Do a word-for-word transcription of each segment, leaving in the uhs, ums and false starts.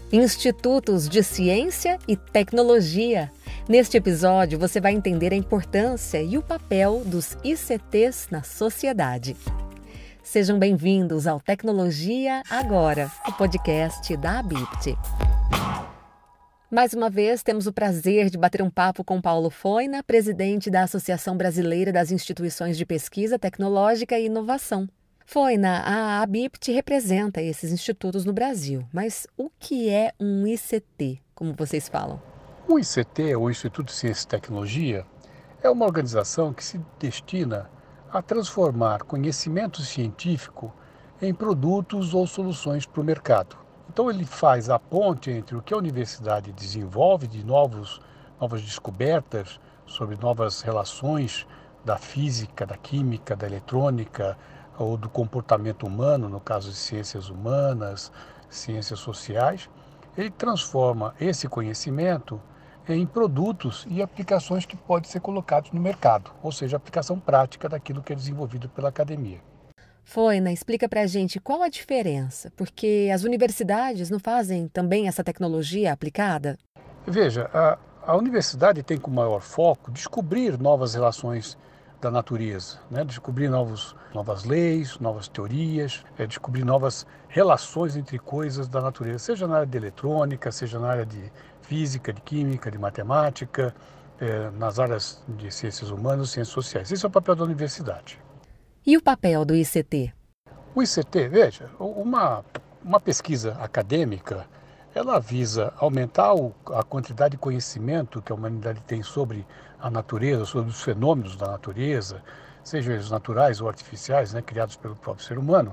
Institutos de Ciência e Tecnologia. Neste episódio, você vai entender a importância e o papel dos I C Tês na sociedade. Sejam bem-vindos ao Tecnologia Agora, o podcast da Abipt. Mais uma vez, temos o prazer de bater um papo com Paulo Foina, presidente da Associação Brasileira das Instituições de Pesquisa Tecnológica e Inovação. Foina, a Abipt representa esses institutos no Brasil, mas o que é um I C T, como vocês falam? O I C T, o Instituto de Ciência e Tecnologia, é uma organização que se destina a transformar conhecimento científico em produtos ou soluções para o mercado. Então ele faz a ponte entre o que a universidade desenvolve de novos, novas descobertas sobre novas relações da física, da química, da eletrônica, ou do comportamento humano, no caso de ciências humanas, ciências sociais. Ele transforma esse conhecimento em produtos e aplicações que podem ser colocados no mercado, ou seja, aplicação prática daquilo que é desenvolvido pela academia. Foina, explica pra gente qual a diferença, porque as universidades não fazem também essa tecnologia aplicada? Veja, a, a universidade tem como maior foco descobrir novas relações da natureza, né? Descobrir novos, novas leis, novas teorias, é, descobrir novas relações entre coisas da natureza, seja na área de eletrônica, seja na área de física, de química, de matemática, é, nas áreas de ciências humanas e ciências sociais. Esse é o papel da universidade. E o papel do I C T? O I C T, veja, uma, uma pesquisa acadêmica, ela visa aumentar o, a quantidade de conhecimento que a humanidade tem sobre a natureza, sobre os fenômenos da natureza, sejam eles naturais ou artificiais, né, criados pelo próprio ser humano,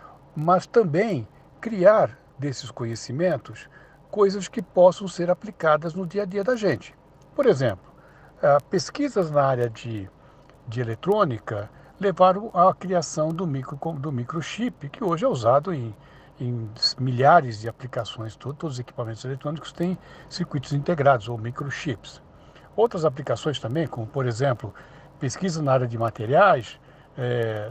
mas também criar desses conhecimentos coisas que possam ser aplicadas no dia a dia da gente. Por exemplo, pesquisas na área de, de eletrônica levaram à criação do, micro, do microchip, que hoje é usado em em milhares de aplicações, todos os equipamentos eletrônicos têm circuitos integrados ou microchips. Outras aplicações também, como por exemplo, pesquisa na área de materiais, é,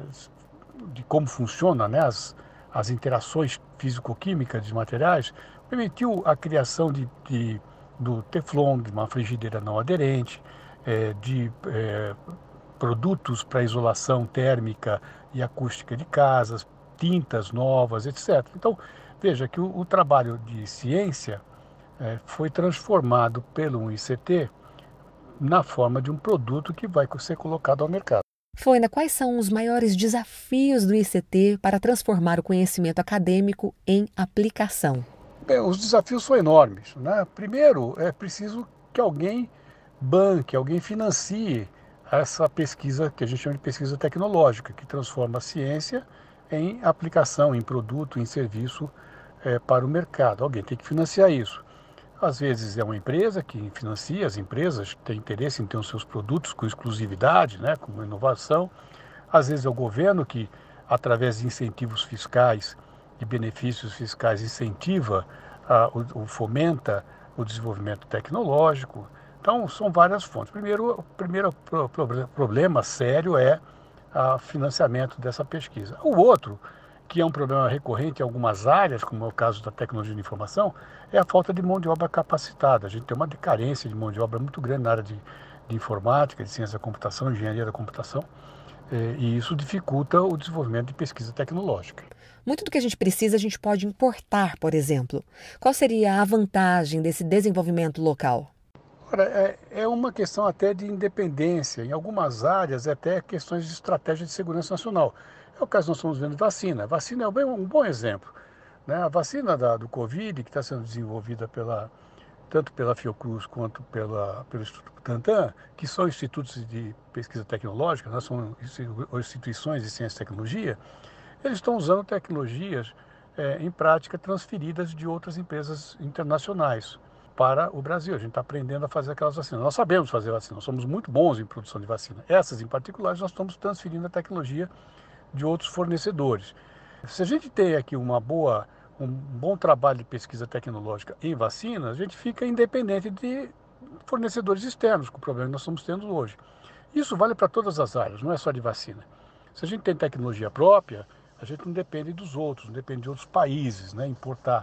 de como funcionam, né, as, as interações físico-químicas de materiais, permitiu a criação de, de, do Teflon, de uma frigideira não aderente, é, de é, produtos para isolação térmica e acústica de casas, tintas novas, etcétera. Então, veja que o, o trabalho de ciência é, foi transformado pelo I C T na forma de um produto que vai ser colocado ao mercado. Foina, quais são os maiores desafios do I C T para transformar o conhecimento acadêmico em aplicação? Bem, os desafios são enormes, né? Primeiro, é preciso que alguém banque, alguém financie essa pesquisa que a gente chama de pesquisa tecnológica, que transforma a ciência em aplicação, em produto, em serviço é, para o mercado. Alguém tem que financiar isso. Às vezes é uma empresa que financia, as empresas têm interesse em ter os seus produtos com exclusividade, né, com inovação. Às vezes é o governo que, através de incentivos fiscais e benefícios fiscais, incentiva, a, o, o fomenta o desenvolvimento tecnológico. Então, são várias fontes. Primeiro, o primeiro pro, pro, problema sério é o financiamento dessa pesquisa. O outro, que é um problema recorrente em algumas áreas, como é o caso da tecnologia de informação, é a falta de mão de obra capacitada. A gente tem uma carência de mão de obra muito grande na área de, de informática, de ciência da computação, engenharia da computação, e isso dificulta o desenvolvimento de pesquisa tecnológica. Muito do que a gente precisa, a gente pode importar, por exemplo. Qual seria a vantagem desse desenvolvimento local? É, é uma questão até de independência, em algumas áreas até questões de estratégia de segurança nacional. É o caso que nós estamos vendo de vacina. A vacina é um bom exemplo, né? A vacina da, do Covid, que está sendo desenvolvida pela, tanto pela Fiocruz quanto pela, pelo Instituto Butantan, que são institutos de pesquisa tecnológica, né? São instituições de ciência e tecnologia, eles estão usando tecnologias é, em prática transferidas de outras empresas internacionais para o Brasil. A gente está aprendendo a fazer aquelas vacinas. Nós sabemos fazer vacina, nós somos muito bons em produção de vacina. Essas, em particular, nós estamos transferindo a tecnologia de outros fornecedores. Se a gente tem aqui uma boa, um bom trabalho de pesquisa tecnológica em vacinas, a gente fica independente de fornecedores externos, com o problema que nós estamos tendo hoje. Isso vale para todas as áreas, não é só de vacina. Se a gente tem tecnologia própria, a gente não depende dos outros, não depende de outros países, né, importar.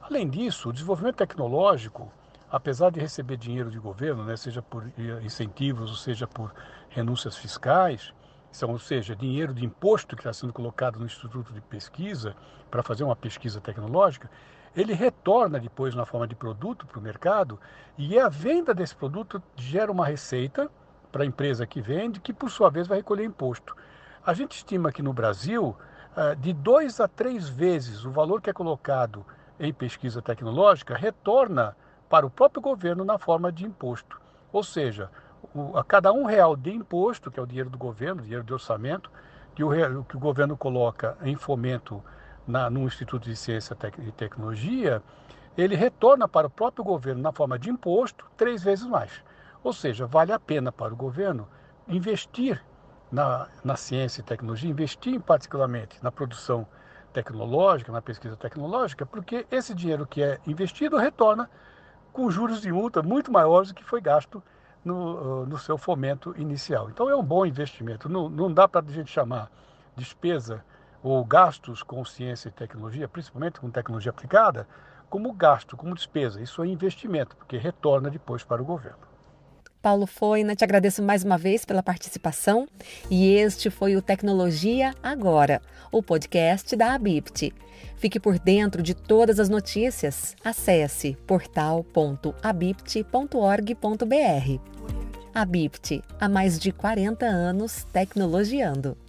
Além disso, o desenvolvimento tecnológico, apesar de receber dinheiro de governo, né, seja por incentivos, ou seja por renúncias fiscais, são, ou seja, dinheiro de imposto que está sendo colocado no Instituto de Pesquisa para fazer uma pesquisa tecnológica, ele retorna depois na forma de produto para o mercado e a venda desse produto gera uma receita para a empresa que vende, que por sua vez vai recolher imposto. A gente estima que no Brasil, de dois a três vezes o valor que é colocado em pesquisa tecnológica retorna para o próprio governo na forma de imposto. Ou seja, o, a cada um real de imposto, que é o dinheiro do governo, dinheiro de orçamento, que o, que o governo coloca em fomento na, no Instituto de Ciência e Tecnologia, ele retorna para o próprio governo na forma de imposto três vezes mais. Ou seja, vale a pena para o governo investir na, na ciência e tecnologia, investir particularmente na produção tecnológica, na pesquisa tecnológica, porque esse dinheiro que é investido retorna com juros de multa muito maiores do que foi gasto no, no seu fomento inicial. Então é um bom investimento. Não, não dá para a gente chamar despesa ou gastos com ciência e tecnologia, principalmente com tecnologia aplicada, como gasto, como despesa. Isso é investimento, porque retorna depois para o governo. Paulo Foina, te agradeço mais uma vez pela participação e este foi o Tecnologia Agora, o podcast da Abipt. Fique por dentro de todas as notícias. Acesse portal ponto abipt ponto org ponto br. Abipt, há mais de quarenta anos tecnologiando.